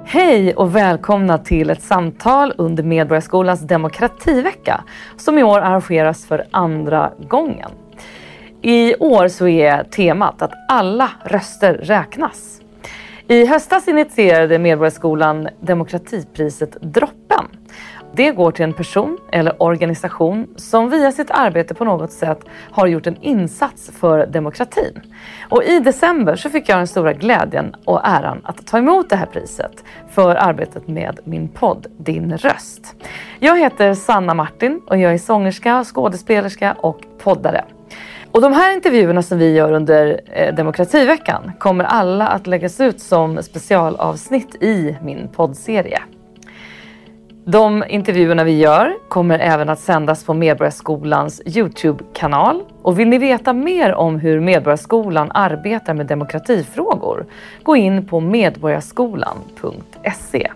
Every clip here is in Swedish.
Hej och välkomna till ett samtal under Medborgarskolans demokrativecka som i år arrangeras för andra gången. I år så är temat att alla röster räknas. I höstas initierade Medborgarskolan demokratipriset Droppen. Det går till en person eller organisation som via sitt arbete på något sätt har gjort en insats för demokratin. Och i december så fick jag den stora glädjen och äran att ta emot det här priset för arbetet med min podd Din röst. Jag heter Sanna Martin och jag är sångerska, skådespelerska och poddare. Och de här intervjuerna som vi gör under demokrativeckan kommer alla att läggas ut som specialavsnitt i min poddserie. De intervjuerna vi gör kommer även att sändas på Medborgarskolans YouTube-kanal. Och vill ni veta mer om hur Medborgarskolan arbetar med demokratifrågor, gå in på medborgarskolan.se.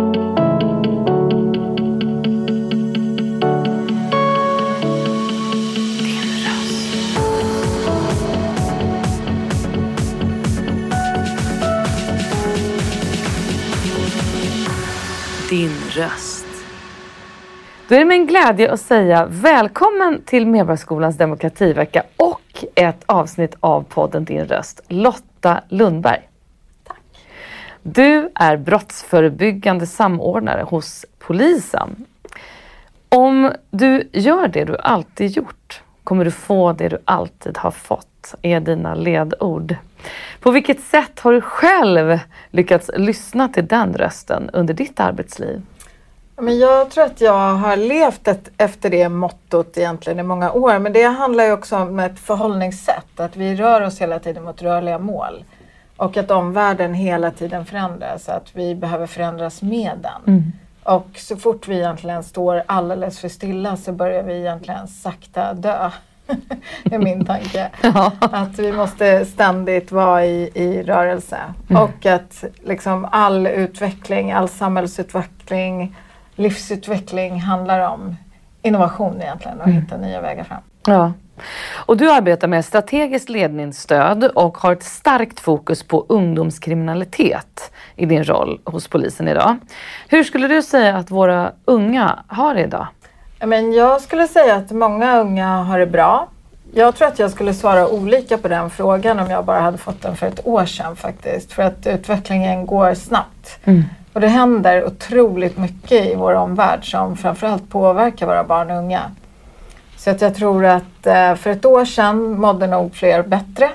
Din röst. Då är det med en glädje att säga välkommen till Medborgarskolans demokrativecka och ett avsnitt av podden Din röst, Lotta Lundberg. Tack. Du är brottsförebyggande samordnare hos polisen. Om du gör det du alltid gjort kommer du få det du alltid har fått, är dina ledord. På vilket sätt har du själv lyckats lyssna till den rösten under ditt arbetsliv? Men jag tror att jag har levt efter det mottot egentligen i många år. Men det handlar ju också om ett förhållningssätt. Att vi rör oss hela tiden mot rörliga mål. Och att omvärlden hela tiden förändras. Att vi behöver förändras med den. Mm. Och så fort vi egentligen står alldeles för stilla så börjar vi egentligen sakta dö. är min tanke. Ja. Att vi måste ständigt vara i rörelse. Och att liksom all utveckling, all samhällsutveckling, livsutveckling handlar om innovation egentligen och hitta nya vägar fram. Ja. Och du arbetar med strategiskt ledningsstöd och har ett starkt fokus på ungdomskriminalitet i din roll hos polisen idag. Hur skulle du säga att våra unga har det idag? Men jag skulle säga att många unga har det bra. Jag tror att jag skulle svara olika på den frågan om jag bara hade fått den för ett år sedan faktiskt. För att utvecklingen går snabbt. Och det händer otroligt mycket i vår omvärld som framförallt påverkar våra barn och unga. Så att jag tror att för ett år sedan mådde nog fler bättre.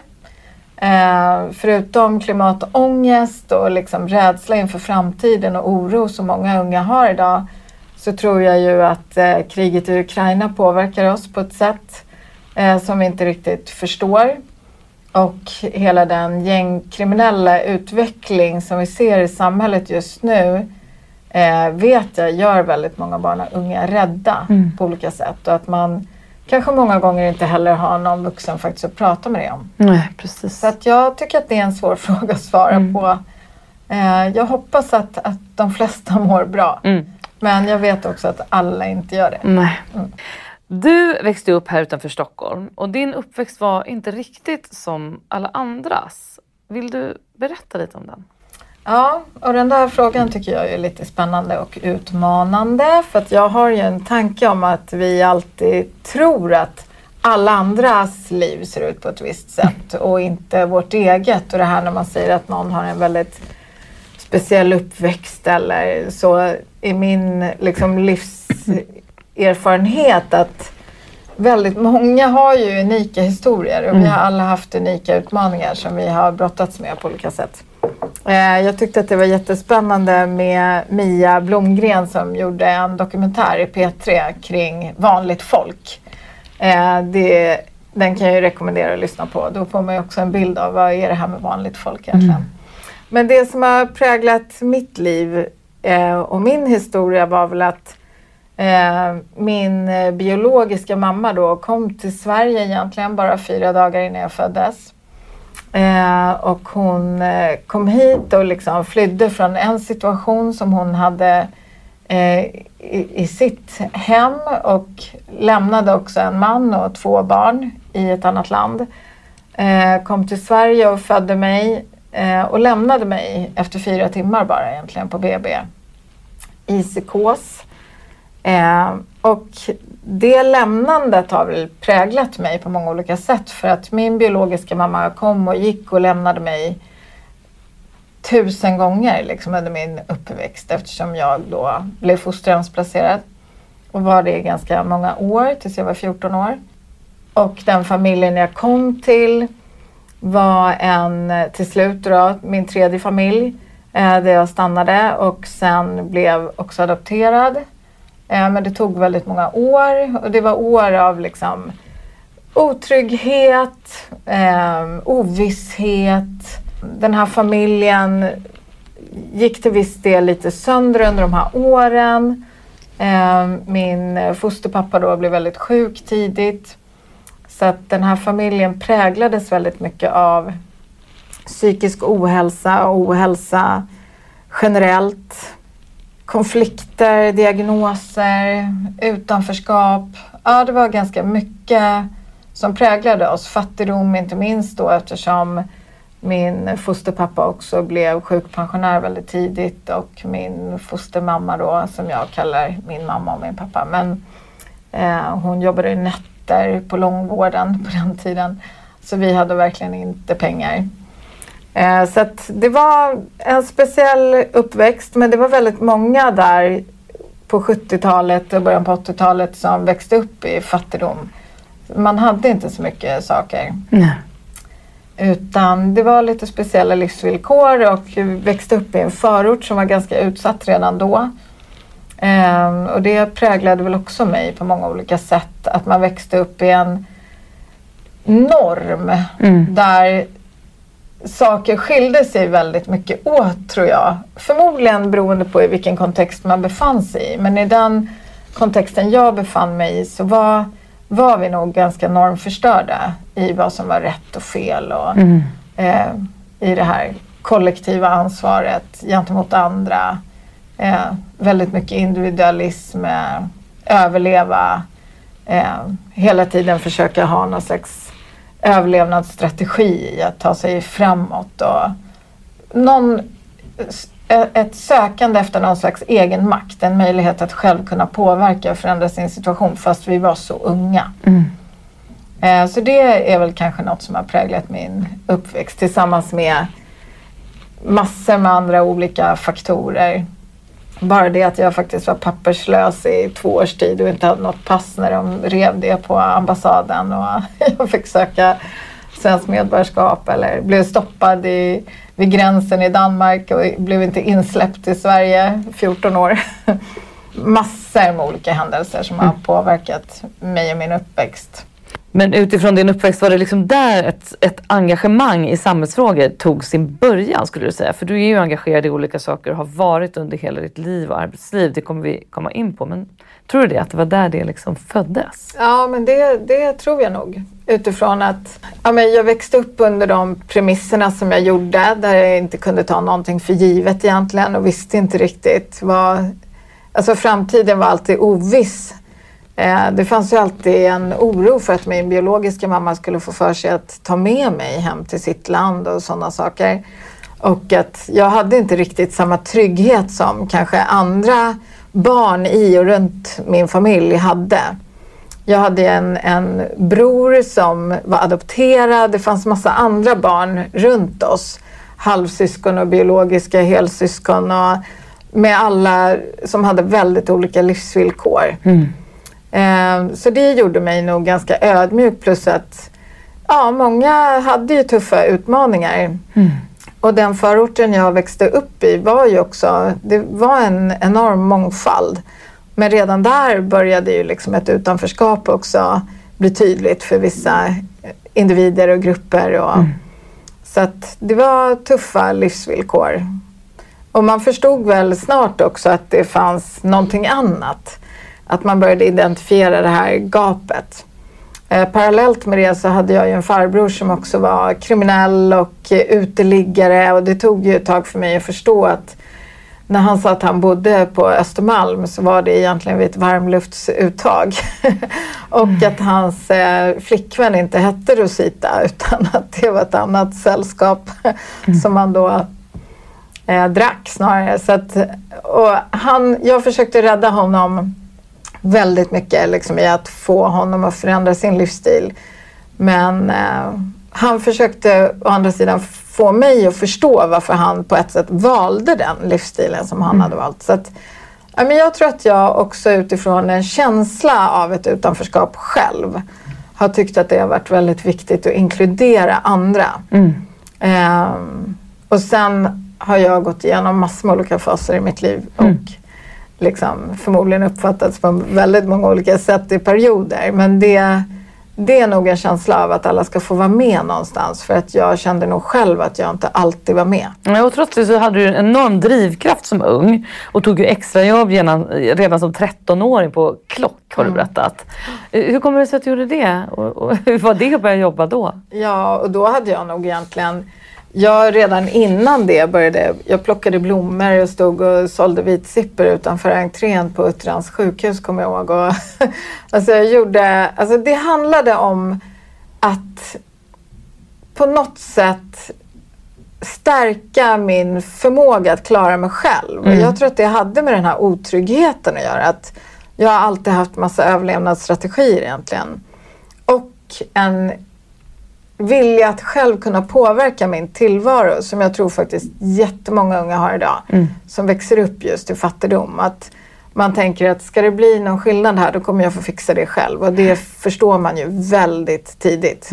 Förutom klimatångest och liksom rädsla inför framtiden och oro som många unga har idag, så tror jag ju att kriget i Ukraina påverkar oss på ett sätt som vi inte riktigt förstår. Och hela den gängkriminella utveckling som vi ser i samhället just nu vet jag gör väldigt många barn och unga rädda på olika sätt. Och att man kanske många gånger inte heller har någon vuxen faktiskt att prata med det om. Nej, precis. Så att jag tycker att det är en svår fråga att svara på. Jag hoppas att de flesta mår bra. Men jag vet också att alla inte gör det. Nej. Du växte upp här utanför Stockholm och din uppväxt var inte riktigt som alla andras. Vill du berätta lite om den? Ja, och den där frågan tycker jag är lite spännande och utmanande. För att jag har ju en tanke om att vi alltid tror att alla andras liv ser ut på ett visst sätt och inte vårt eget. Och det här när man säger att någon har en väldigt speciell uppväxt eller så, i min liksom livserfarenhet att väldigt många har ju unika historier och vi har alla haft unika utmaningar som vi har brottats med på olika sätt. Jag tyckte att det var jättespännande med Mia Blomgren som gjorde en dokumentär i P3 kring vanligt folk. Den kan jag ju rekommendera att lyssna på. Då får man ju också en bild av vad är det här med vanligt folk egentligen. Men det som har präglat mitt liv och min historia var väl att min biologiska mamma då kom till Sverige egentligen bara 4 dagar innan jag föddes. Och hon kom hit och liksom flydde från en situation som hon hade i sitt hem och lämnade också en man och 2 barn i ett annat land. Kom till Sverige och födde mig och lämnade mig efter 4 timmar bara egentligen på BB i psykos. Och det lämnandet har väl präglat mig på många olika sätt, för att min biologiska mamma kom och gick och lämnade mig 1000 gånger liksom under min uppväxt, eftersom jag då blev fosterhemsplacerad och var det i ganska många år tills jag var 14 år. Och den familjen jag kom till var till slut då, min 3:e familj där jag stannade, och sen blev också adopterad. Men det tog väldigt många år, och det var år av liksom otrygghet, ovisshet. Den här familjen gick till viss del lite sönder under de här åren. Min fosterpappa då blev väldigt sjuk tidigt. Så att den här familjen präglades väldigt mycket av psykisk ohälsa och ohälsa generellt. Konflikter, diagnoser, utanförskap. Ja, det var ganska mycket som präglade oss. Fattigdom inte minst då, eftersom min fosterpappa också blev sjukpensionär väldigt tidigt, och min fostermamma då, som jag kallar min mamma och min pappa, men hon jobbade nätter på långvården på den tiden, så vi hade verkligen inte pengar. Så att det var en speciell uppväxt, men det var väldigt många där på 70-talet och början på 80-talet som växte upp i fattigdom. Man hade inte så mycket saker. Nej. Utan det var lite speciella livsvillkor, och växte upp i en förort som var ganska utsatt redan då. Och det präglade väl också mig på många olika sätt. Att man växte upp i en norm där saker skilde sig väldigt mycket åt, tror jag. Förmodligen beroende på i vilken kontext man befann sig i. Men i den kontexten jag befann mig i så var vi nog ganska normförstörda i vad som var rätt och fel, och i det här kollektiva ansvaret gentemot andra. Väldigt mycket individualism, överleva, hela tiden försöka ha någon slags överlevnadsstrategi i att ta sig framåt, och ett sökande efter någon slags egen makt, en möjlighet att själv kunna påverka och förändra sin situation fast vi var så unga. Så det är väl kanske något som har präglat min uppväxt, tillsammans med massor med andra olika faktorer. Bara det att jag faktiskt var papperslös i 2 års tid och inte hade något pass när de rev det på ambassaden, och jag fick söka svensk medborgarskap eller blev stoppad vid gränsen i Danmark och blev inte insläppt i Sverige 14 år. Massor med olika händelser som har påverkat mig och min uppväxt. Men utifrån din uppväxt, var det liksom där ett engagemang i samhällsfrågor tog sin början, skulle du säga? För du är ju engagerad i olika saker och har varit under hela ditt liv och arbetsliv. Det kommer vi komma in på. Men tror du det, att det var där det liksom föddes? Ja, men det tror jag nog. Utifrån att jag växte upp under de premisserna som jag gjorde. Där jag inte kunde ta någonting för givet egentligen och visste inte riktigt vad... Alltså framtiden var alltid oviss. Det fanns ju alltid en oro för att min biologiska mamma skulle få för sig att ta med mig hem till sitt land och sådana saker. Och att jag hade inte riktigt samma trygghet som kanske andra barn i och runt min familj hade. Jag hade en bror som var adopterad. Det fanns massa andra barn runt oss. Halvsyskon och biologiska helsyskon. Och med alla som hade väldigt olika livsvillkor. Så det gjorde mig nog ganska ödmjuk, plus att många hade ju tuffa utmaningar. Och den förorten jag växte upp i var ju också, det var en enorm mångfald. Men redan där började ju liksom ett utanförskap också bli tydligt för vissa individer och grupper. Så att det var tuffa livsvillkor. Och man förstod väl snart också att det fanns någonting annat. Att man började identifiera det här gapet. Parallellt med det så hade jag ju en farbror som också var kriminell och uteliggare. Och det tog ju ett tag för mig att förstå att när han sa att han bodde på Östermalm så var det egentligen vid ett varmluftsuttag. Och att hans flickvän inte hette Rosita utan att det var ett annat sällskap som han då drack snarare. Så att, jag försökte rädda honom väldigt mycket liksom, i att få honom att förändra sin livsstil. Men han försökte å andra sidan få mig att förstå varför han på ett sätt valde den livsstilen som han hade valt. Så att, men jag tror att jag också utifrån en känsla av ett utanförskap själv har tyckt att det har varit väldigt viktigt att inkludera andra. Och sen har jag gått igenom massor med olika faser i mitt liv och liksom förmodligen uppfattats på väldigt många olika sätt i perioder. Men det är nog en känsla av att alla ska få vara med någonstans. För att jag kände nog själv att jag inte alltid var med. Och trots det så hade du en enorm drivkraft som ung. Och tog ju extrajobb redan som 13-åring på Klock, har du berättat. Hur kommer det sig att du gjorde det? Och hur var det att börja jobba då? Ja, och då hade jag nog egentligen... redan innan det jag plockade blommor och stod och sålde vitsipper utanför entrén på Utterans sjukhus, kommer jag ihåg. Och, det handlade om att på något sätt stärka min förmåga att klara mig själv. Och jag tror att det hade med den här otryggheten att göra. Att jag har alltid haft massa överlevnadsstrategier egentligen. Och en vilja att själv kunna påverka min tillvaro som jag tror faktiskt jättemånga unga har idag som växer upp just i fattigdom. Att man tänker att ska det bli någon skillnad här då kommer jag få fixa det själv och det förstår man ju väldigt tidigt.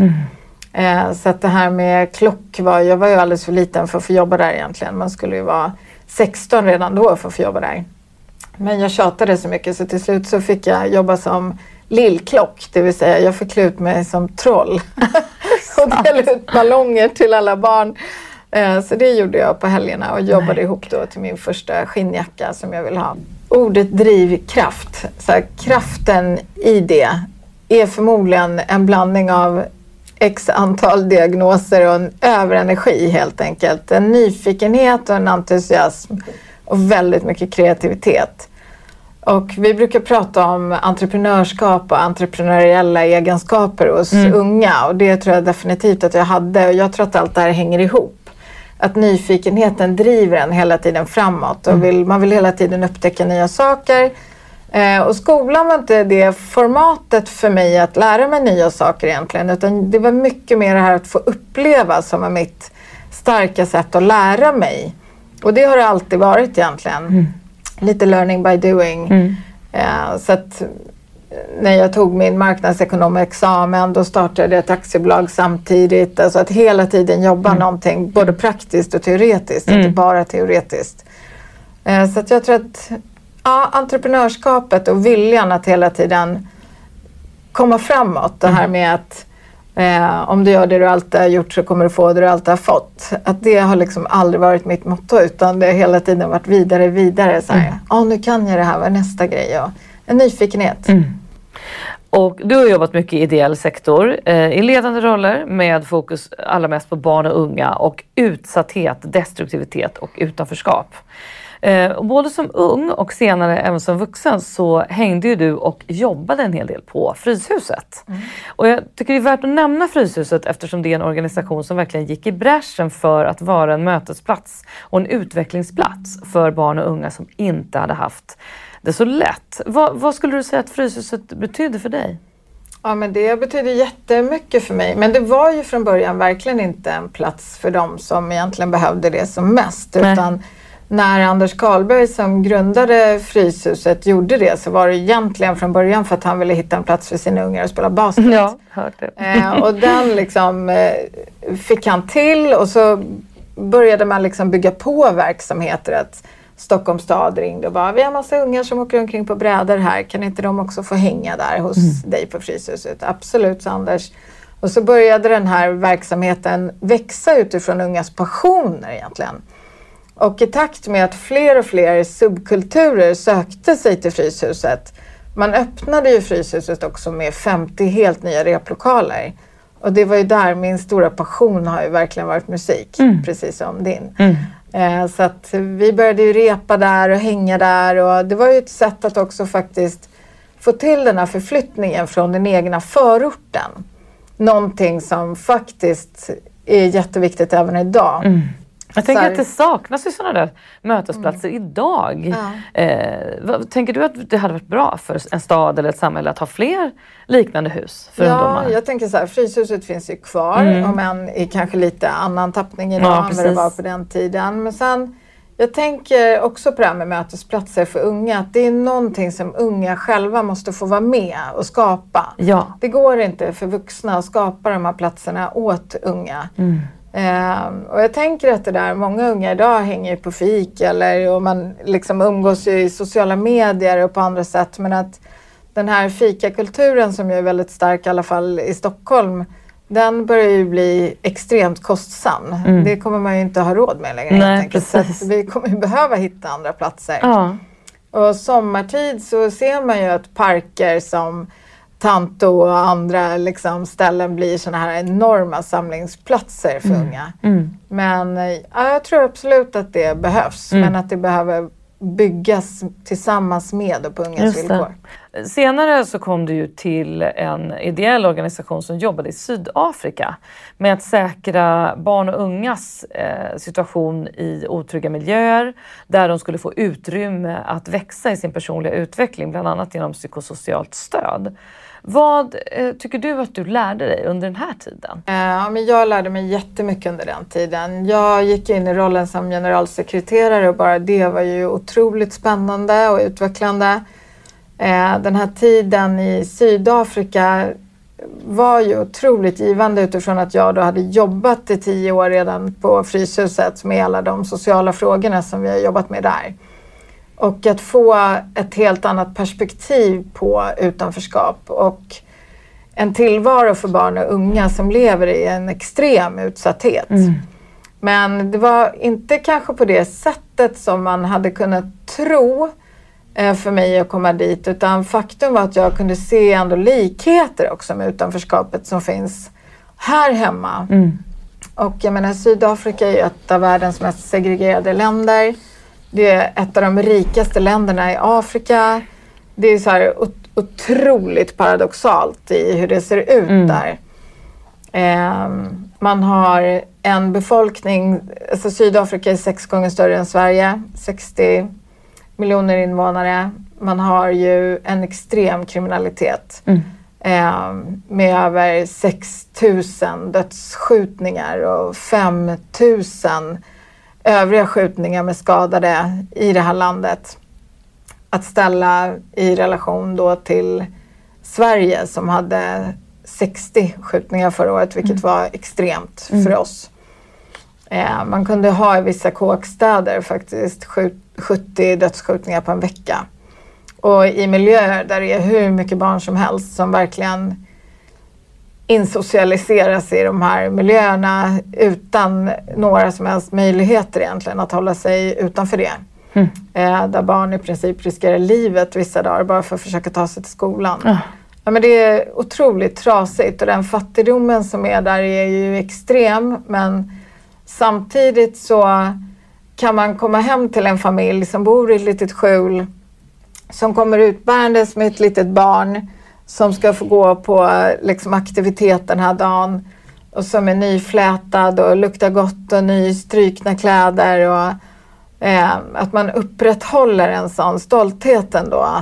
Så att det här med Klock jag var ju alldeles för liten för att få jobba där egentligen. Man skulle ju vara 16 redan då för att få jobba där. Men jag tjatade så mycket så till slut så fick jag jobba som Lillklock, det vill säga jag fick klä ut mig som troll och dela ut ballonger till alla barn. Så det gjorde jag på helgerna och jobbade ihop då till min första skinnjacka som jag vill ha. Ordet drivkraft, så här, kraften i det är förmodligen en blandning av x antal diagnoser och en överenergi helt enkelt. En nyfikenhet och en entusiasm och väldigt mycket kreativitet. Och vi brukar prata om entreprenörskap och entreprenöriella egenskaper hos unga. Och det tror jag definitivt att jag hade. Och jag tror att allt det här hänger ihop. Att nyfikenheten driver en hela tiden framåt. Och man vill hela tiden upptäcka nya saker. Och skolan var inte det formatet för mig att lära mig nya saker egentligen. Utan det var mycket mer det här att få uppleva som är mitt starka sätt att lära mig. Och det har det alltid varit egentligen. Lite learning by doing. Så att när jag tog min marknadsekonomexamen då startade jag ett aktiebolag samtidigt. Alltså att hela tiden jobba någonting både praktiskt och teoretiskt. Inte bara teoretiskt. Så att jag tror att entreprenörskapet och viljan att hela tiden komma framåt. Det här med att om du gör det du alltid har gjort så kommer du få det du alltid har fått. Att det har liksom aldrig varit mitt motto utan det har hela tiden varit vidare så här. Nu kan jag det här, vad är nästa grej? Och en nyfikenhet. Och du har jobbat mycket i ideell sektor, i ledande roller med fokus allra mest på barn och unga och utsatthet, destruktivitet och utanförskap. Både som ung och senare även som vuxen så hängde ju du och jobbade en hel del på Fryshuset. Och jag tycker det är värt att nämna Fryshuset eftersom det är en organisation som verkligen gick i bräschen för att vara en mötesplats och en utvecklingsplats för barn och unga som inte hade haft det så lätt. Vad skulle du säga att Fryshuset betyder för dig? Ja, men det betyder jättemycket för mig. Men det var ju från början verkligen inte en plats för dem som egentligen behövde det som mest. Utan när Anders Karlberg som grundade Fryshuset gjorde det så var det egentligen från början för att han ville hitta en plats för sina ungar och spela basket. Ja, hört det. Och den liksom fick han till och så började man liksom bygga på verksamheter. Att Stockholms stad ringde och bara, vi har massa ungar som åker omkring på brädor här. Kan inte de också få hänga där hos dig på Fryshuset? Absolut, sa Anders. Och så började den här verksamheten växa utifrån ungas passioner egentligen. Och i takt med att fler och fler subkulturer sökte sig till Fryshuset. Man öppnade ju Fryshuset också med 50 helt nya replokaler. Och det var ju där min stora passion har ju verkligen varit musik. Precis som din. Så att vi började ju repa där och hänga där. Och det var ju ett sätt att också faktiskt få till den här förflyttningen från den egna förorten. Någonting som faktiskt är jätteviktigt även idag. Mm. Jag tänker att det saknas ju sådana där mötesplatser idag. Tänker du att det hade varit bra för en stad eller ett samhälle att ha fler liknande hus för ungdomar? Ja, jag tänker så här, Fryshuset finns ju kvar. Om än i kanske lite annan tappning idag än vad det var på den tiden. Men sen, jag tänker också på det här med mötesplatser för unga. Att det är någonting som unga själva måste få vara med och skapa. Ja. Det går inte för vuxna att skapa de här platserna åt unga. Och jag tänker att det där, många unga idag hänger på fik och man liksom umgås i sociala medier och på andra sätt. Men att den här fikakulturen som är väldigt stark i alla fall i Stockholm, den börjar ju bli extremt kostsam. Det kommer man ju inte ha råd med längre. Nej, precis. Så vi kommer ju behöva hitta andra platser. Ja. Och sommartid så ser man ju att parker som Tanto och andra liksom ställen blir såna här enorma samlingsplatser för unga. Men jag tror absolut att det behövs. Men att det behöver byggas tillsammans med och på ungas villkor. Senare så kom du ju till en ideell organisation som jobbade i Sydafrika med att säkra barn och ungas situation i otrygga miljöer där de skulle få utrymme att växa i sin personliga utveckling, bland annat genom psykosocialt stöd. Vad tycker du att du lärde dig under den här tiden? Men jag lärde mig jättemycket under den tiden. Jag gick in i rollen som generalsekreterare och bara det var ju otroligt spännande och utvecklande. Den här tiden i Sydafrika var ju otroligt givande utifrån att jag då hade jobbat i 10 år redan på Fryshuset med alla de sociala frågorna som vi har jobbat med där. Och att få ett helt annat perspektiv på utanförskap och en tillvaro för barn och unga som lever i en extrem utsatthet. Men det var inte kanske på det sättet som man hade kunnat tro för mig att komma dit, utan faktum var att jag kunde se ändå likheter också med utanförskapet som finns här hemma. Och jag menar, Sydafrika är ett av världens mest segregerade länder. Det är ett av de rikaste länderna i Afrika. Det är så här otroligt paradoxalt i hur det ser ut där. Man har en befolkning, alltså Sydafrika är 6 gånger större än Sverige, 60 miljoner invånare. Man har ju en extrem kriminalitet med över 6 000 dödsskjutningar och 5 000 övriga skjutningar med skadade i det här landet. Att ställa i relation då till Sverige som hade 60 skjutningar förra året, vilket var extremt för oss. Man kunde ha i vissa kåkstäder faktiskt 70 dödsskjutningar på en vecka. Och i miljöer där det är hur mycket barn som helst som verkligen insocialiseras i de här miljöerna utan några som helst möjligheter egentligen att hålla sig utanför det. Där barn i princip riskerar livet vissa dagar bara för att försöka ta sig till skolan. Ja, men det är otroligt trasigt och den fattigdomen som är där är ju extrem, men samtidigt så kan man komma hem till en familj som bor i ett litet skjul, som kommer utbärandes med ett litet barn som ska få gå på liksom aktivitet den här dagen och som är nyflätad och luktar gott och nystrykna kläder och att man upprätthåller en sån stolthet ändå.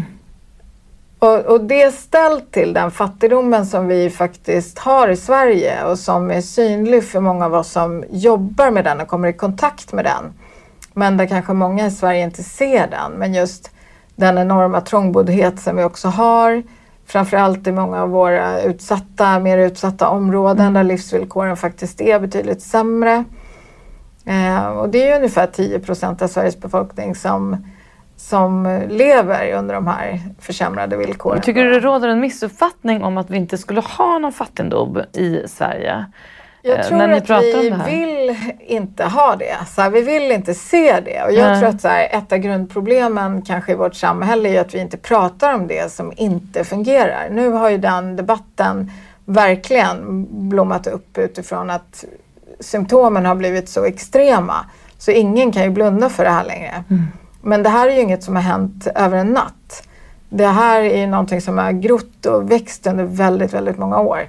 Och det är ställt till den fattigdomen som vi faktiskt har i Sverige och som är synlig för många av oss som jobbar med den och kommer i kontakt med den. Men där kanske många i Sverige inte ser den. Men just den enorma trångboddhet som vi också har, framförallt i många av våra mer utsatta områden där livsvillkoren faktiskt är betydligt sämre. Och det är ungefär 10% av Sveriges befolkning som lever under de här försämrade villkoren. Tycker du det råder en missuppfattning om att vi inte skulle ha någon fattigdom i Sverige? Jag tror att vi vill inte ha det. Så här, vi vill inte se det. Och jag tror att så här, ett av grundproblemen kanske i vårt samhälle är att vi inte pratar om det som inte fungerar. Nu har ju den debatten verkligen blommat upp utifrån att symptomen har blivit så extrema. Så ingen kan ju blunda för det här längre. Men det här är ju inget som har hänt över en natt. Det här är någonting som har grott och växt under väldigt, väldigt många år.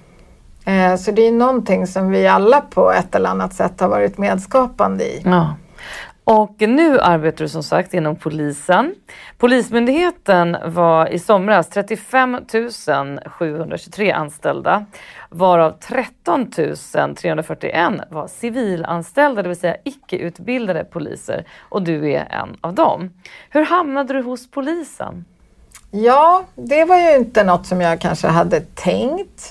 Så det är någonting som vi alla på ett eller annat sätt har varit medskapande i. Ja. Och nu arbetar du som sagt inom polisen. Polismyndigheten var i somras 35 723 anställda, varav 13 341 var civilanställda, det vill säga icke-utbildade poliser. Och du är en av dem. Hur hamnade du hos polisen? Ja, det var ju inte något som jag kanske hade tänkt.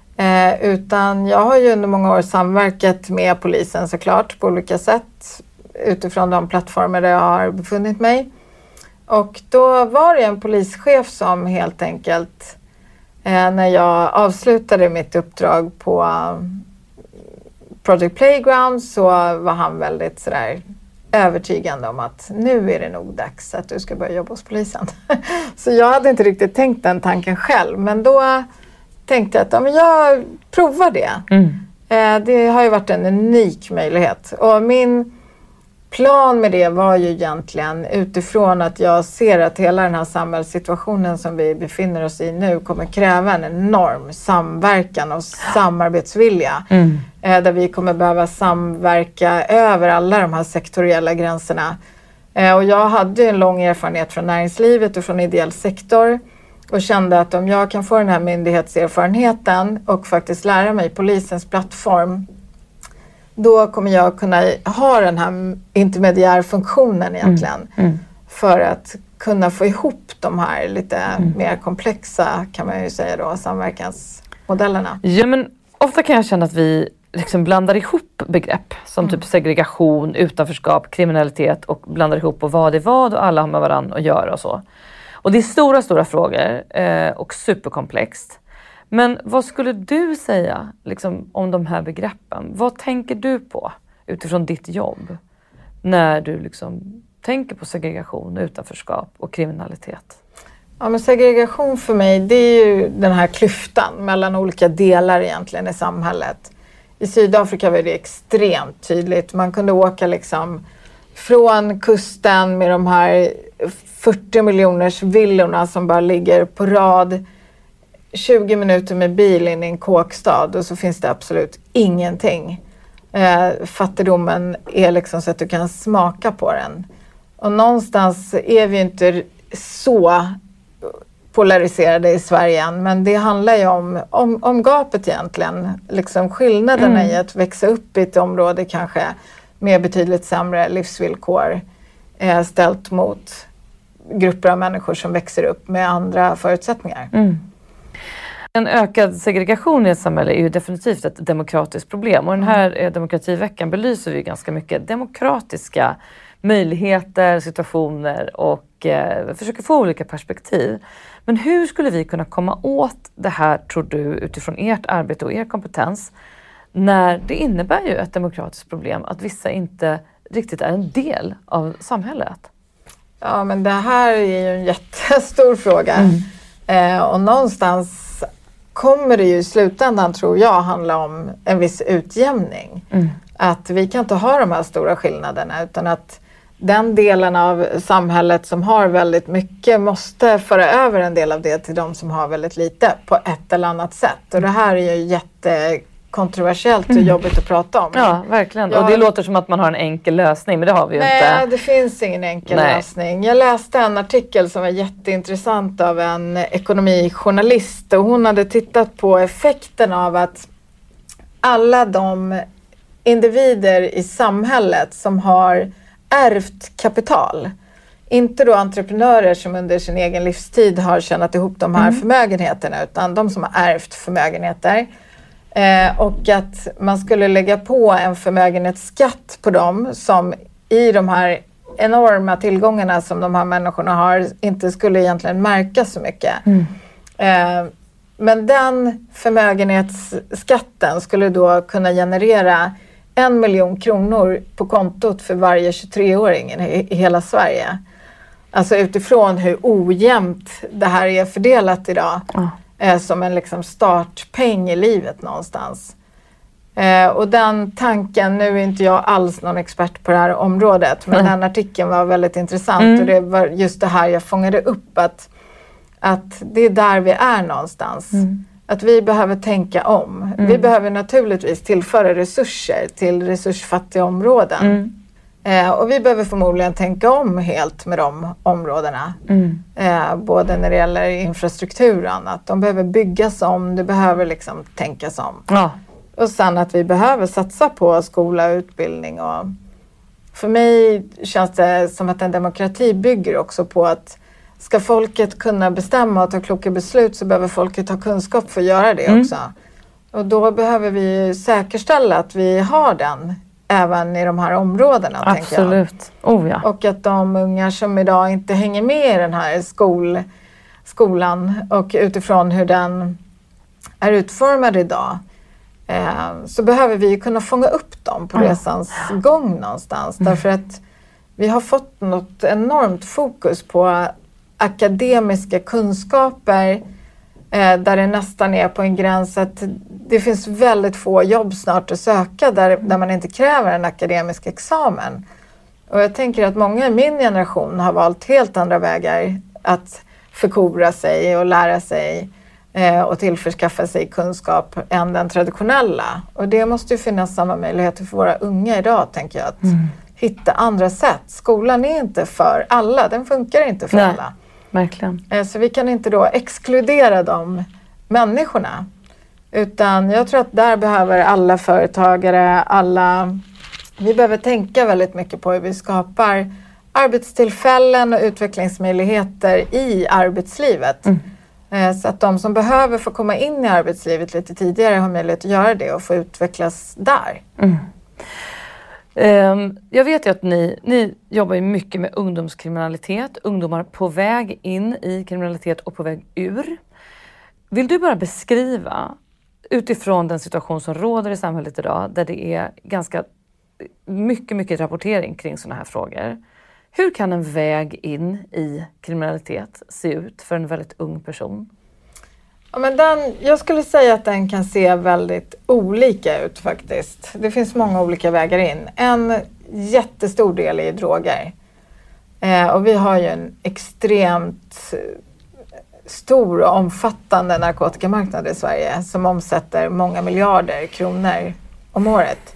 Utan jag har ju under många år samverkat med polisen såklart på olika sätt utifrån de plattformar där jag har befunnit mig. Och då var det en polischef som helt enkelt, när jag avslutade mitt uppdrag på Project Playground, så var han väldigt sådär övertygande om att nu är det nog dags att du ska börja jobba hos polisen. Så jag hade inte riktigt tänkt den tanken själv, men då tänkte jag att men jag provar det. Det har ju varit en unik möjlighet. Och min plan med det var ju egentligen utifrån att jag ser att hela den här samhällssituationen som vi befinner oss i nu kommer kräva en enorm samverkan och samarbetsvilja. Där vi kommer behöva samverka över alla de här sektoriella gränserna. Och jag hade en lång erfarenhet från näringslivet och från ideell sektor. Och kände att om jag kan få den här myndighetserfarenheten och faktiskt lära mig polisens plattform, då kommer jag kunna ha den här intermediärfunktionen egentligen. För att kunna få ihop de här lite mer komplexa, kan man ju säga då, samverkansmodellerna. Ja, men ofta kan jag känna att vi liksom blandar ihop begrepp som typ segregation, utanförskap, kriminalitet och blandar ihop och vad är vad och alla har med varandra att göra och så. Och det är stora frågor och superkomplext. Men vad skulle du säga liksom, om de här begreppen? Vad tänker du på utifrån ditt jobb när du liksom tänker på segregation, utanförskap och kriminalitet? Ja, men segregation för mig, det är ju den här klyftan mellan olika delar egentligen i samhället. I Sydafrika var det extremt tydligt. Man kunde åka liksom från kusten med de här 40 miljoners villorna som bara ligger på rad, 20 minuter med bil in i en kåkstad, och så finns det absolut ingenting. Fattigdomen är liksom så att du kan smaka på den. Och någonstans är vi inte så polariserade i Sverige än, men det handlar ju om gapet egentligen. Liksom skillnaderna i att växa upp i ett område kanske med betydligt sämre livsvillkor ställt mot grupper av människor som växer upp med andra förutsättningar. En ökad segregation i ett samhälle är ju definitivt ett demokratiskt problem. Och den här demokrativeckan belyser vi ganska mycket demokratiska möjligheter, situationer och försöker få olika perspektiv. Men hur skulle vi kunna komma åt det här, tror du, utifrån ert arbete och er kompetens, när det innebär ju ett demokratiskt problem att vissa inte riktigt är en del av samhället? Ja, men det här är ju en jättestor fråga. Och någonstans kommer det ju i slutändan, tror jag, handla om en viss utjämning. Att vi kan inte ha de här stora skillnaderna, utan att den delen av samhället som har väldigt mycket måste föra över en del av det till de som har väldigt lite på ett eller annat sätt. Och det här är ju jättekontroversiellt och jobbigt att prata om. Ja, verkligen. Och det låter som att man har en enkel lösning, men det har vi ju inte. Nej, det finns ingen enkel lösning. Jag läste en artikel som var jätteintressant av en ekonomijournalist, och hon hade tittat på effekten av att alla de individer i samhället som har ärvt kapital, inte då entreprenörer som under sin egen livstid har tjänat ihop de här förmögenheterna, utan de som har ärvt förmögenheter, och att man skulle lägga på en förmögenhetsskatt på dem som i de här enorma tillgångarna som de här människorna har inte skulle egentligen märka så mycket. Men den förmögenhetsskatten skulle då kunna generera 1 miljon kronor på kontot för varje 23-åring i hela Sverige. Alltså utifrån hur ojämnt det här är fördelat idag. Som en liksom startpeng i livet någonstans. Och den tanken, nu är inte jag alls någon expert på det här området, men den artikeln var väldigt intressant och det var just det här jag fångade upp, att det är där vi är någonstans. Att vi behöver tänka om. Vi behöver naturligtvis tillföra resurser till resursfattiga områden. Och vi behöver förmodligen tänka om helt med de områdena. Både när det gäller infrastruktur och annat. De behöver byggas om, det behöver liksom tänkas om. Ja. Och sen att vi behöver satsa på skola och utbildning. Och för mig känns det som att en demokrati bygger också på att ska folket kunna bestämma och ta kloka beslut, så behöver folket ha kunskap för att göra det också. Och då behöver vi säkerställa att vi har den även i de här områdena. Absolut. Tänker jag. Och att de unga som idag inte hänger med i den här skolan och utifrån hur den är utformad idag, så behöver vi kunna fånga upp dem på resans gång någonstans. Därför att vi har fått något enormt fokus på akademiska kunskaper där det nästan är på en gräns att det finns väldigt få jobb snart att söka där man inte kräver en akademisk examen. Och jag tänker att många i min generation har valt helt andra vägar att förkovra sig och lära sig och tillförskaffa sig kunskap än den traditionella. Och det måste ju finnas samma möjligheter för våra unga idag, tänker jag, att hitta andra sätt. Skolan är inte för alla, den funkar inte för alla. Verkligen. Så vi kan inte då exkludera de människorna. Utan jag tror att där behöver alla företagare, vi behöver tänka väldigt mycket på hur vi skapar arbetstillfällen och utvecklingsmöjligheter i arbetslivet. Så att de som behöver få komma in i arbetslivet lite tidigare har möjlighet att göra det och få utvecklas där. Jag vet ju att ni jobbar ju mycket med ungdomskriminalitet, ungdomar på väg in i kriminalitet och på väg ur. Vill du bara beskriva utifrån den situation som råder i samhället idag, där det är ganska mycket rapportering kring sådana här frågor. Hur kan en väg in i kriminalitet se ut för en väldigt ung person? Ja, men jag skulle säga att den kan se väldigt olika ut faktiskt. Det finns många olika vägar in. En jättestor del är droger. Och vi har ju en extremt stor och omfattande narkotikamarknad i Sverige som omsätter många miljarder kronor om året.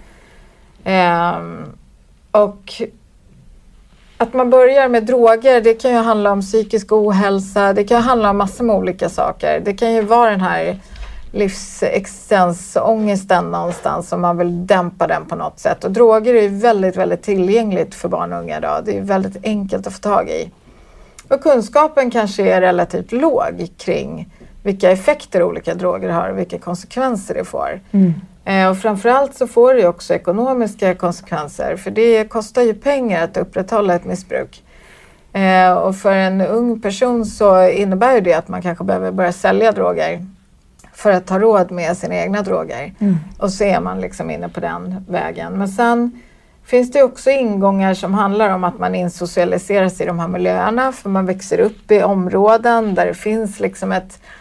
Och att man börjar med droger, det kan ju handla om psykisk ohälsa, det kan handla om massor med olika saker. Det kan ju vara den här livsexistensångesten någonstans som man vill dämpa den på något sätt. Och droger är ju väldigt, väldigt tillgängligt för barn och unga idag. Det är väldigt enkelt att få tag i. Och kunskapen kanske är relativt låg kring vilka effekter olika droger har och vilka konsekvenser det får. Och framförallt så får det ju också ekonomiska konsekvenser, för det kostar ju pengar att upprätthålla ett missbruk. Och för en ung person så innebär ju det att man kanske behöver börja sälja droger för att ta råd med sina egna droger. Och så är man liksom inne på den vägen. Men sen finns det också ingångar som handlar om att man insocialiseras i de här miljöerna, för man växer upp i områden där det finns liksom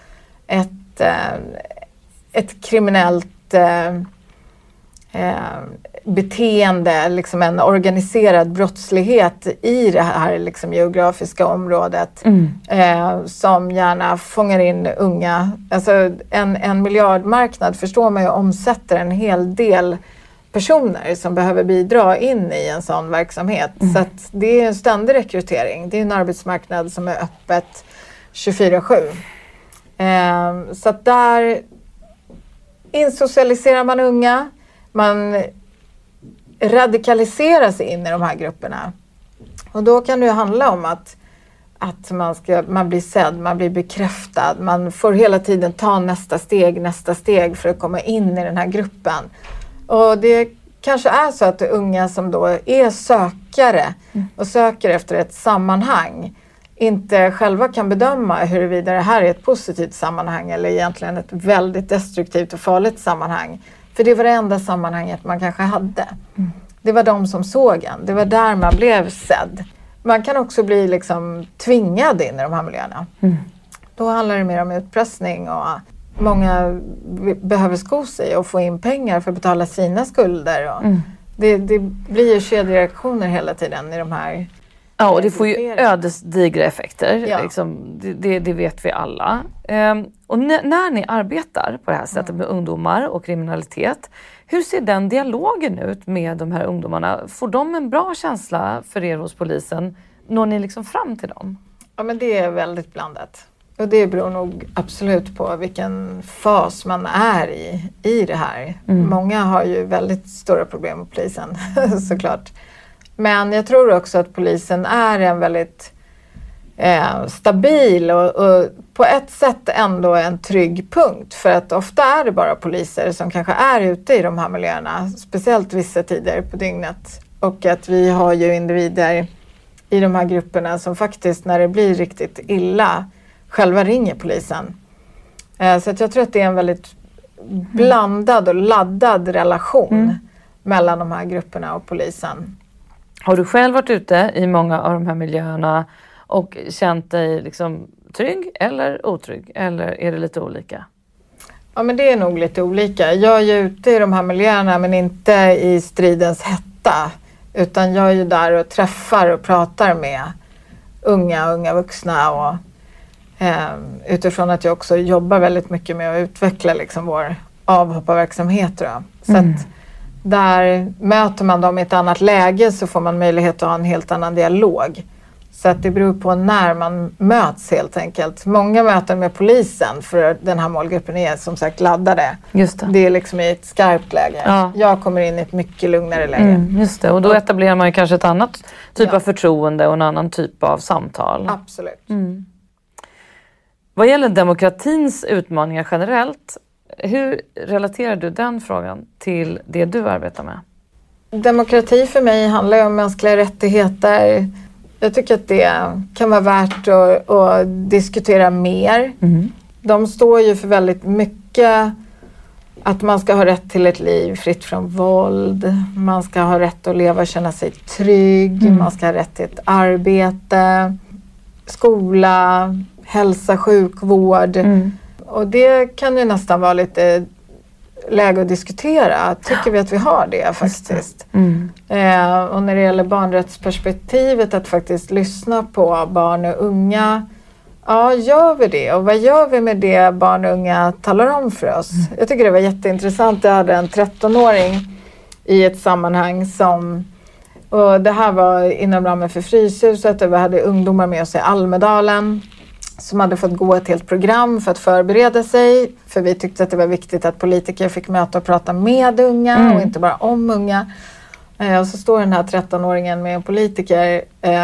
ett kriminellt beteende, liksom en organiserad brottslighet i det här liksom geografiska området som gärna fångar in unga. Alltså en miljardmarknad, förstår man ju, omsätter en hel del personer som behöver bidra in i en sån verksamhet. Så att det är en ständig rekrytering. Det är en arbetsmarknad som är öppet 24/7. Så att där insocialiserar man unga, man radikaliseras in i de här grupperna. Och då kan det handla om att man blir sedd, man blir bekräftad, man får hela tiden ta nästa steg för att komma in i den här gruppen. Och det kanske är så att unga som då är sökare och söker efter ett sammanhang inte själva kan bedöma huruvida det här är ett positivt sammanhang eller egentligen ett väldigt destruktivt och farligt sammanhang. För det var det enda sammanhanget man kanske hade. Det var de som såg en. Det var där man blev sedd. Man kan också bli liksom tvingad in i de här miljöerna. Då handlar det mer om utpressning och många behöver sko sig och få in pengar för att betala sina skulder. Och det blir ju kedjereaktioner hela tiden i de här. Ja, och det får ju ödesdigra effekter. Ja. Liksom, det vet vi alla. Och när ni arbetar på det här sättet med ungdomar och kriminalitet, hur ser den dialogen ut med de här ungdomarna? Får de en bra känsla för er hos polisen? Når ni liksom fram till dem? Ja, men det är väldigt blandat. Och det beror nog absolut på vilken fas man är i det här. Många har ju väldigt stora problem med polisen, såklart. Men jag tror också att polisen är en väldigt stabil och på ett sätt ändå en trygg punkt. För att ofta är det bara poliser som kanske är ute i de här miljöerna, speciellt vissa tider på dygnet. Och att vi har ju individer i de här grupperna som faktiskt när det blir riktigt illa själva ringer polisen. Så att jag tror att det är en väldigt blandad och laddad relation mellan de här grupperna och polisen. Har du själv varit ute i många av de här miljöerna och känt dig liksom trygg eller otrygg? Eller är det lite olika? Ja, men det är nog lite olika. Jag är ju ute i de här miljöerna men inte i stridens hetta. Utan jag är ju där och träffar och pratar med unga vuxna. Och utifrån att jag också jobbar väldigt mycket med att utveckla liksom vår avhopparverksamhet. Så att där möter man dem i ett annat läge så får man möjlighet att ha en helt annan dialog. Så att det beror på när man möts helt enkelt. Många möten med polisen för den här målgruppen är som sagt laddade. Just det. Det är liksom i ett skarpt läge. Ja. Jag kommer in i ett mycket lugnare läge. Just det, och då etablerar man ju kanske ett annat typ av förtroende och en annan typ av samtal. Absolut. Vad gäller demokratins utmaningar generellt, hur relaterar du den frågan till det du arbetar med? Demokrati för mig handlar ju om mänskliga rättigheter. Jag tycker att det kan vara värt att diskutera mer. De står ju för väldigt mycket att man ska ha rätt till ett liv fritt från våld. Man ska ha rätt att leva och känna sig trygg. Man ska ha rätt till ett arbete, skola, hälsa, sjukvård. Och det kan ju nästan vara lite läge att diskutera. Tycker vi att vi har det faktiskt? Och när det gäller barnrättsperspektivet att faktiskt lyssna på barn och unga. Ja, gör vi det? Och vad gör vi med det barn och unga talar om för oss? Jag tycker det var jätteintressant. Jag hade en 13-åring i ett sammanhang och det här var inom ramen för Fryshuset. Vi hade ungdomar med oss i Almedalen som hade fått gå ett helt program för att förbereda sig. För vi tyckte att det var viktigt att politiker fick möta och prata med unga och inte bara om unga. Och så står den här 13-åringen med en politiker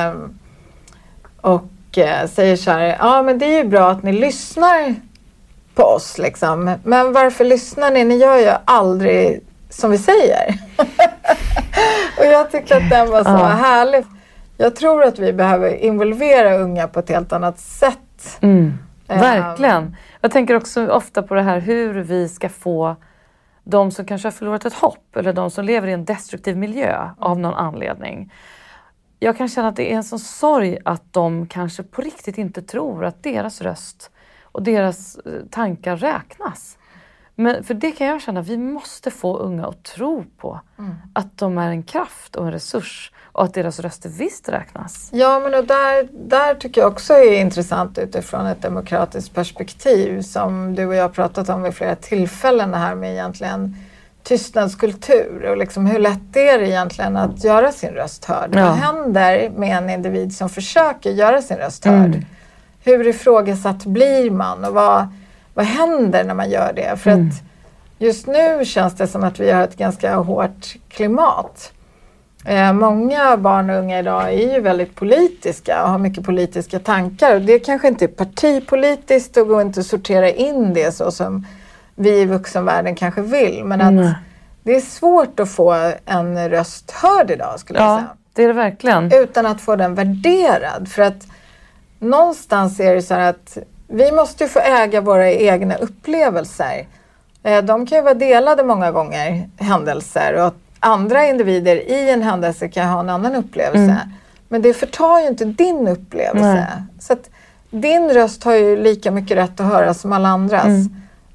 och säger så här: ja, men det är ju bra att ni lyssnar på oss liksom. Men varför lyssnar ni? Ni gör ju aldrig som vi säger. Och jag tycker att den var så härlig. Jag tror att vi behöver involvera unga på ett helt annat sätt. Verkligen. Jag tänker också ofta på det här hur vi ska få de som kanske har förlorat ett hopp eller de som lever i en destruktiv miljö av någon anledning. Jag kan känna att det är en sån sorg att de kanske på riktigt inte tror att deras röst och deras tankar räknas. Men för det kan jag känna, vi måste få unga att tro på att de är en kraft och en resurs och att deras röster visst räknas. Ja, men och där tycker jag också är intressant utifrån ett demokratiskt perspektiv som du och jag har pratat om vid flera tillfällen, det här med egentligen tystnadskultur och liksom hur lätt är det egentligen att göra sin röst hörd. Ja. Vad händer med en individ som försöker göra sin röst hörd? Hur ifrågasatt blir man och vad händer när man gör det? För att just nu känns det som att vi har ett ganska hårt klimat. Många barn och unga idag är ju väldigt politiska och har mycket politiska tankar. Och det kanske inte är partipolitiskt och går inte att sortera in det så som vi i vuxenvärlden kanske vill. Men att det är svårt att få en röst hörd idag skulle jag säga. Ja, det är det verkligen. Utan att få den värderad. För att någonstans är det så här att vi måste ju få äga våra egna upplevelser. De kan ju vara delade många gånger, händelser. Och andra individer i en händelse kan ha en annan upplevelse. Men det förtar ju inte din upplevelse. Så att din röst har ju lika mycket rätt att höra som alla andras.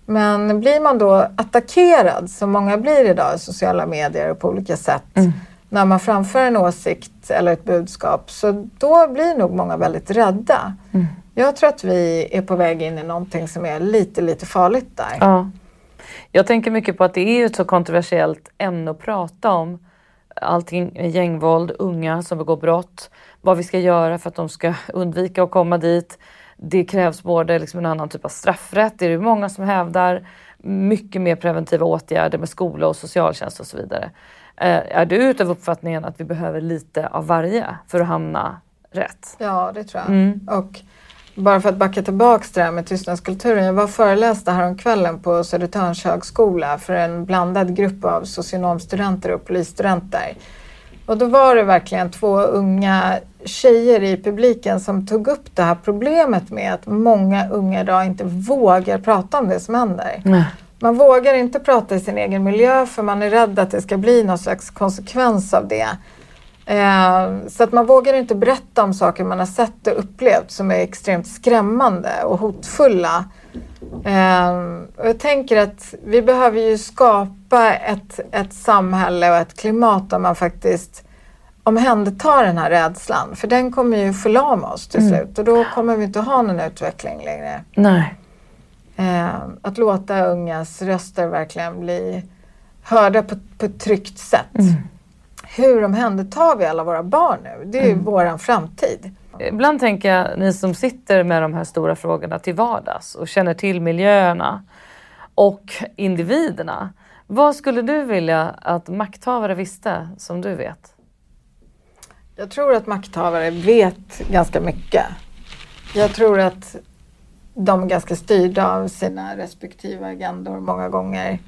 Men blir man då attackerad, som många blir idag i sociala medier och på olika sätt, när man framför en åsikt eller ett budskap, så då blir nog många väldigt rädda. Jag tror att vi är på väg in i någonting som är lite farligt där. Ja. Jag tänker mycket på att det är ett så kontroversiellt ämne att prata om. Allting gängvåld, unga som begår brott, vad vi ska göra för att de ska undvika att komma dit. Det krävs både liksom en annan typ av straffrätt, det är det många som hävdar. Mycket mer preventiva åtgärder med skola och socialtjänst och så vidare. Är du utav uppfattningen att vi behöver lite av varje för att hamna rätt? Ja, det tror jag. Och bara för att backa tillbaka till det här med tystnadskulturen. Jag var föreläste här om kvällen på Södertörns högskola för en blandad grupp av socionomstudenter och polisstudenter. Och då var det verkligen 2 unga tjejer i publiken som tog upp det här problemet med att många unga idag inte vågar prata om det som händer. Man vågar inte prata i sin egen miljö för man är rädd att det ska bli någon slags konsekvens av det. Så att man vågar inte berätta om saker man har sett och upplevt som är extremt skrämmande och hotfulla. Och jag tänker att vi behöver ju skapa ett samhälle och ett klimat där man faktiskt omhändertar den här rädslan. För den kommer ju förlama oss till slut och då kommer vi inte ha någon utveckling längre. Nej. Att låta ungas röster verkligen bli hörda på ett tryggt sätt. Hur omhändertar vi alla våra barn nu? Det är ju våran framtid. Ibland tänker jag, ni som sitter med de här stora frågorna till vardags och känner till miljöerna och individerna. Vad skulle du vilja att makthavare visste som du vet? Jag tror att makthavare vet ganska mycket. Jag tror att de är ganska styrda av sina respektive agendor många gånger.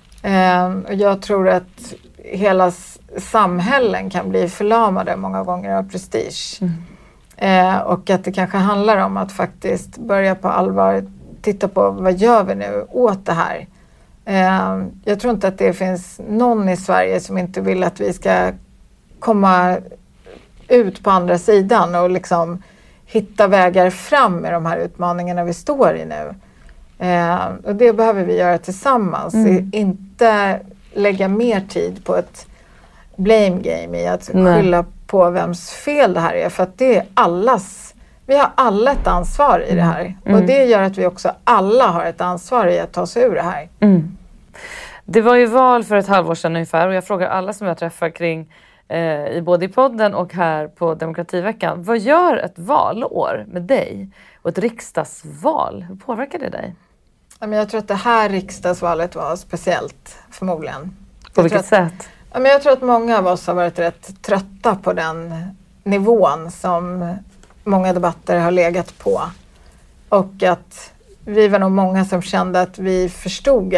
Jag tror att hela samhällen kan bli förlamade många gånger av prestige. Och att det kanske handlar om att faktiskt börja på allvar titta på vad gör vi nu åt det här. Jag tror inte att det finns någon i Sverige som inte vill att vi ska komma ut på andra sidan och liksom hitta vägar fram med de här utmaningarna vi står i nu. Och det behöver vi göra tillsammans. Inte lägga mer tid på ett blame game i att skylla på vems fel det här är. För att det är allas. Vi har alla ett ansvar i det här. Och det gör att vi också alla har ett ansvar i att ta oss ur det här. Det var ju val för ett halvår sedan ungefär och jag frågar alla som jag träffar kring både i podden och här på Demokrativeckan. Vad gör ett valår med dig och ett riksdagsval? Hur påverkar det dig? Jag tror att det här riksdagsvalet var speciellt förmodligen. På vilket sätt? Jag tror att många av oss har varit rätt trötta på den nivån som många debatter har legat på. Och att vi var nog många som kände att vi förstod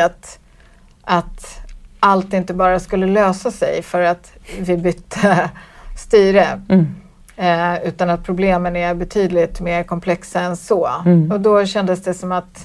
att allt inte bara skulle lösa sig för att vi bytte styre. Utan att problemen är betydligt mer komplexa än så. Och då kändes det som att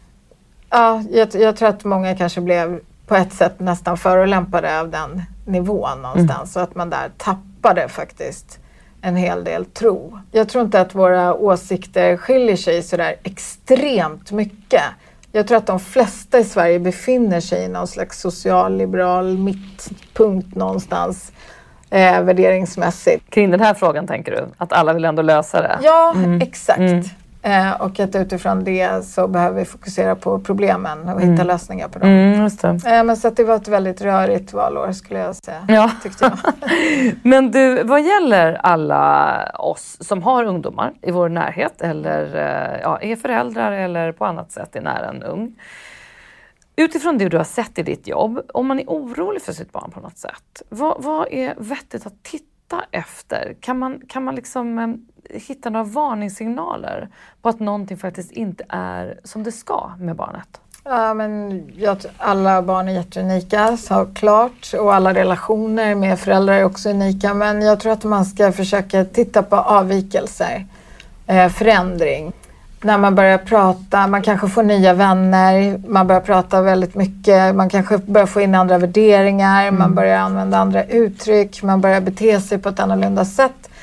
jag tror att många kanske blev på ett sätt nästan förolämpade av den nivån någonstans. Så att man där tappade faktiskt en hel del tro. Jag tror inte att våra åsikter skiljer sig så där extremt mycket. Jag tror att de flesta i Sverige befinner sig i någon slags socialliberal mittpunkt någonstans värderingsmässigt. Kring den här frågan tänker du? Att alla vill ändå lösa det? Ja, exakt. Och att utifrån det så behöver vi fokusera på problemen och hitta lösningar på dem. Just det. Men så att det var ett väldigt rörigt valår skulle jag säga, tyckte jag. Men du, vad gäller alla oss som har ungdomar i vår närhet eller är föräldrar eller på annat sätt är nära en ung. Utifrån det du har sett i ditt jobb, om man är orolig för sitt barn på något sätt, vad är vettigt att titta efter? Kan man liksom hitta några varningssignaler på att någonting faktiskt inte är som det ska med barnet? Ja, men alla barn är jätteunika såklart och alla relationer med föräldrar är också unika, men jag tror att man ska försöka titta på avvikelser, förändring. När man börjar prata, man kanske får nya vänner, man börjar prata väldigt mycket, man kanske börjar få in andra värderingar, man börjar använda andra uttryck, man börjar bete sig på ett annorlunda sätt.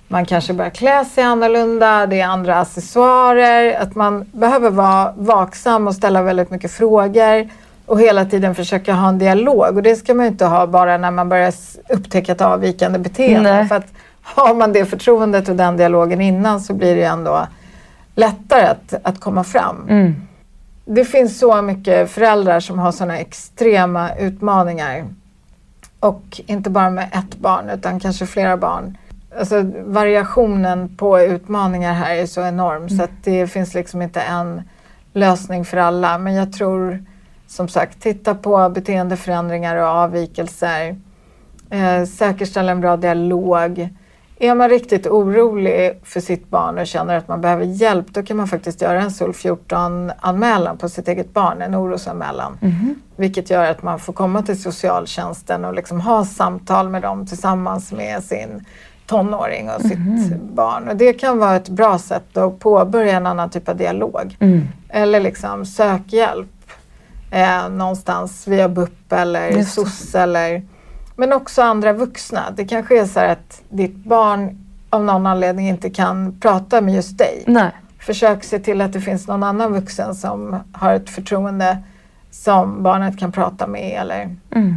man kanske börjar klä sig annorlunda, det är andra accessoarer, att man behöver vara vaksam och ställa väldigt mycket frågor och hela tiden försöka ha en dialog. Och det ska man ju inte ha bara när man börjar upptäcka ett avvikande beteende. Nej. För att har man det förtroendet och den dialogen innan så blir det ändå lättare att komma fram. Det finns så mycket föräldrar som har sådana extrema utmaningar. Och inte bara med ett barn utan kanske flera barn. Alltså variationen på utmaningar här är så enorm så att det finns liksom inte en lösning för alla. Men jag tror som sagt, titta på beteendeförändringar och avvikelser. Säkerställa en bra dialog. Är man riktigt orolig för sitt barn och känner att man behöver hjälp, då kan man faktiskt göra en SOL 14-anmälan på sitt eget barn, en orosanmälan. Vilket gör att man får komma till socialtjänsten och liksom ha samtal med dem tillsammans med sin tonåring och sitt barn. Och det kan vara ett bra sätt att påbörja en annan typ av dialog. Eller liksom sök hjälp någonstans via BUP eller SOS eller... Men också andra vuxna. Det kanske är så här att ditt barn av någon anledning inte kan prata med just dig. Nej. Försök se till att det finns någon annan vuxen som har ett förtroende som barnet kan prata med. Eller...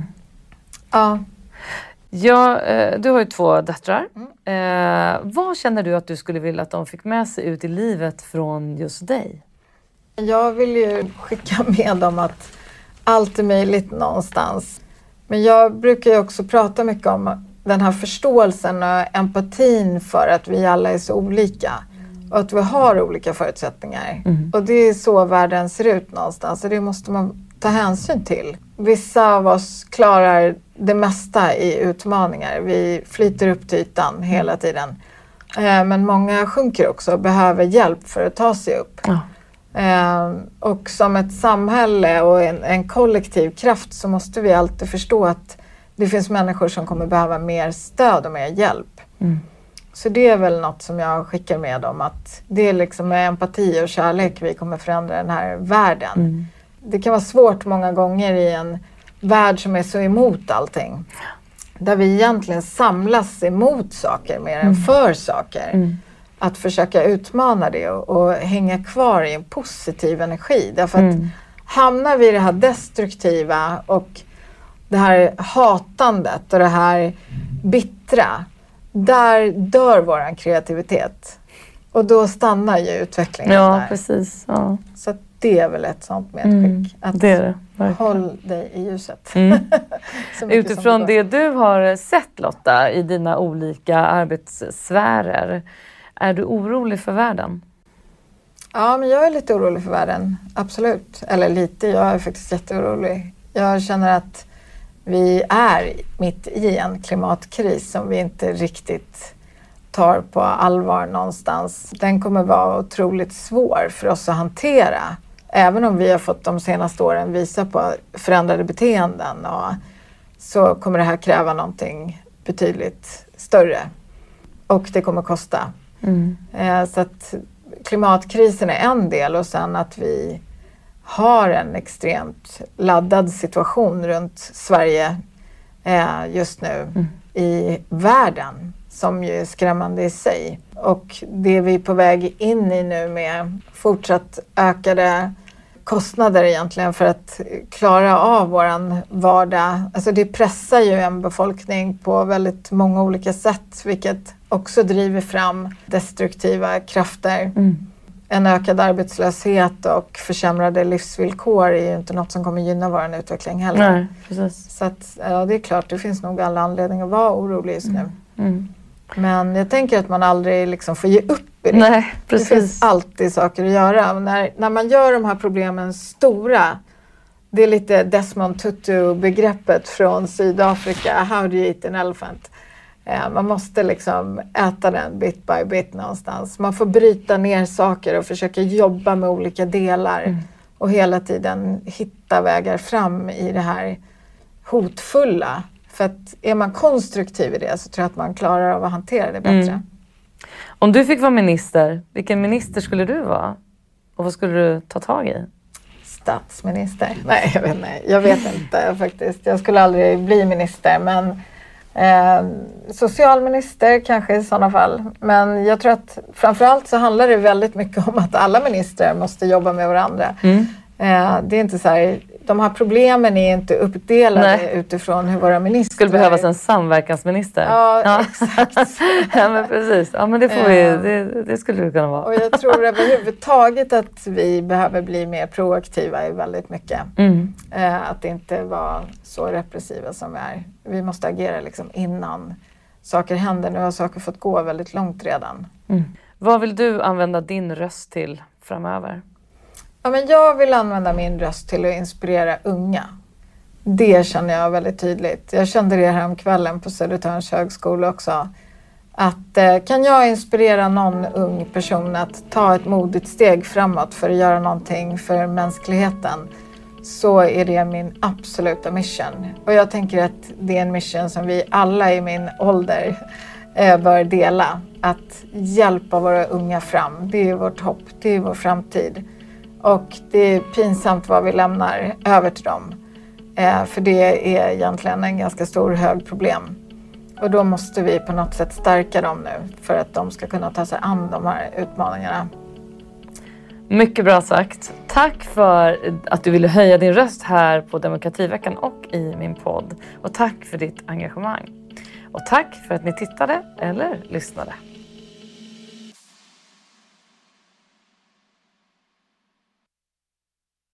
Ja, du har ju 2 döttrar. Vad känner du att du skulle vilja att de fick med sig ut i livet från just dig? Jag vill ju skicka med dem att allt är möjligt någonstans. Men jag brukar ju också prata mycket om den här förståelsen och empatin för att vi alla är så olika. Och att vi har olika förutsättningar. Och det är så världen ser ut någonstans. Och det måste man ta hänsyn till. Vissa av oss klarar det mesta i utmaningar. Vi flyter upp till ytan hela tiden. Men många sjunker också och behöver hjälp för att ta sig upp. Och som ett samhälle och en kollektiv kraft så måste vi alltid förstå att det finns människor som kommer behöva mer stöd och mer hjälp. Så det är väl något som jag skickar med dem, att det är liksom med empati och kärlek vi kommer förändra den här världen. Det kan vara svårt många gånger i en värld som är så emot allting. Där vi egentligen samlas emot saker mer än för saker. Att försöka utmana det och hänga kvar i en positiv energi. Därför att hamnar vi i det här destruktiva och det här hatandet och det här bittra, där dör våran kreativitet. Och då stannar ju utvecklingen där. Precis. Ja. Så att det är väl ett sånt medskick. Att det är det, håll dig i ljuset. Utifrån det du har sett, Lotta, i dina olika arbetssfärer, är du orolig för världen? Ja, men jag är lite orolig för världen. Absolut. Eller lite, jag är faktiskt jätteorolig. Jag känner att vi är mitt i en klimatkris som vi inte riktigt tar på allvar någonstans. Den kommer vara otroligt svår för oss att hantera. Även om vi har fått de senaste åren visa på förändrade beteenden, och så kommer det här kräva någonting betydligt större. Och det kommer kosta. Så att klimatkrisen är en del, och sen att vi har en extremt laddad situation runt Sverige just nu i världen, som ju är skrämmande i sig. Och det vi är på väg in i nu med fortsatt ökade kostnader egentligen för att klara av våran vardag. Alltså det pressar ju en befolkning på väldigt många olika sätt, vilket också driver fram destruktiva krafter. En ökad arbetslöshet och försämrade livsvillkor är ju inte något som kommer gynna vår utveckling heller. Nej, precis. Så att, ja, det är klart, det finns nog alla anledningar att vara orolig just nu. Men jag tänker att man aldrig liksom får ge upp i det. Nej, precis. Det finns alltid saker att göra. När man gör de här problemen stora, det är lite Desmond Tutu-begreppet från Sydafrika, how do you eat an elephant? Man måste liksom äta den bit by bit någonstans. Man får bryta ner saker och försöka jobba med olika delar. Och hela tiden hitta vägar fram i det här hotfulla. För att är man konstruktiv i det så tror jag att man klarar av att hantera det bättre. Om du fick vara minister, vilken minister skulle du vara? Och vad skulle du ta tag i? Statsminister? Nej, jag vet inte faktiskt. Jag skulle aldrig bli minister, men Socialminister kanske i sådana fall. Men jag tror att framförallt så handlar det väldigt mycket om att alla ministrar måste jobba med varandra. Det är inte så här, de här problemen är inte uppdelade utifrån hur våra ministrar... Skulle behövas en samverkansminister. Ja. Exakt. Ja, men precis. Ja, men det får det skulle det kunna vara. Och jag tror överhuvudtaget att vi behöver bli mer proaktiva i väldigt mycket. Att inte vara så repressiva som vi är. Vi måste agera liksom innan saker händer. Nu har saker fått gå väldigt långt redan. Vad vill du använda din röst till framöver? Ja, men jag vill använda min röst till att inspirera unga. Det känner jag väldigt tydligt. Jag kände det här om kvällen på Södertörns högskola också. Att kan jag inspirera någon ung person att ta ett modigt steg framåt för att göra någonting för mänskligheten, så är det min absoluta mission. Och jag tänker att det är en mission som vi alla i min ålder bör dela. Att hjälpa våra unga fram. Det är vårt hopp, det är vår framtid. Och det är pinsamt vad vi lämnar över till dem. För det är egentligen en ganska stor hög problem. Och då måste vi på något sätt stärka dem nu för att de ska kunna ta sig an de här utmaningarna. Mycket bra sagt. Tack för att du ville höja din röst här på Demokrativeckan och i min podd. Och tack för ditt engagemang. Och tack för att ni tittade eller lyssnade.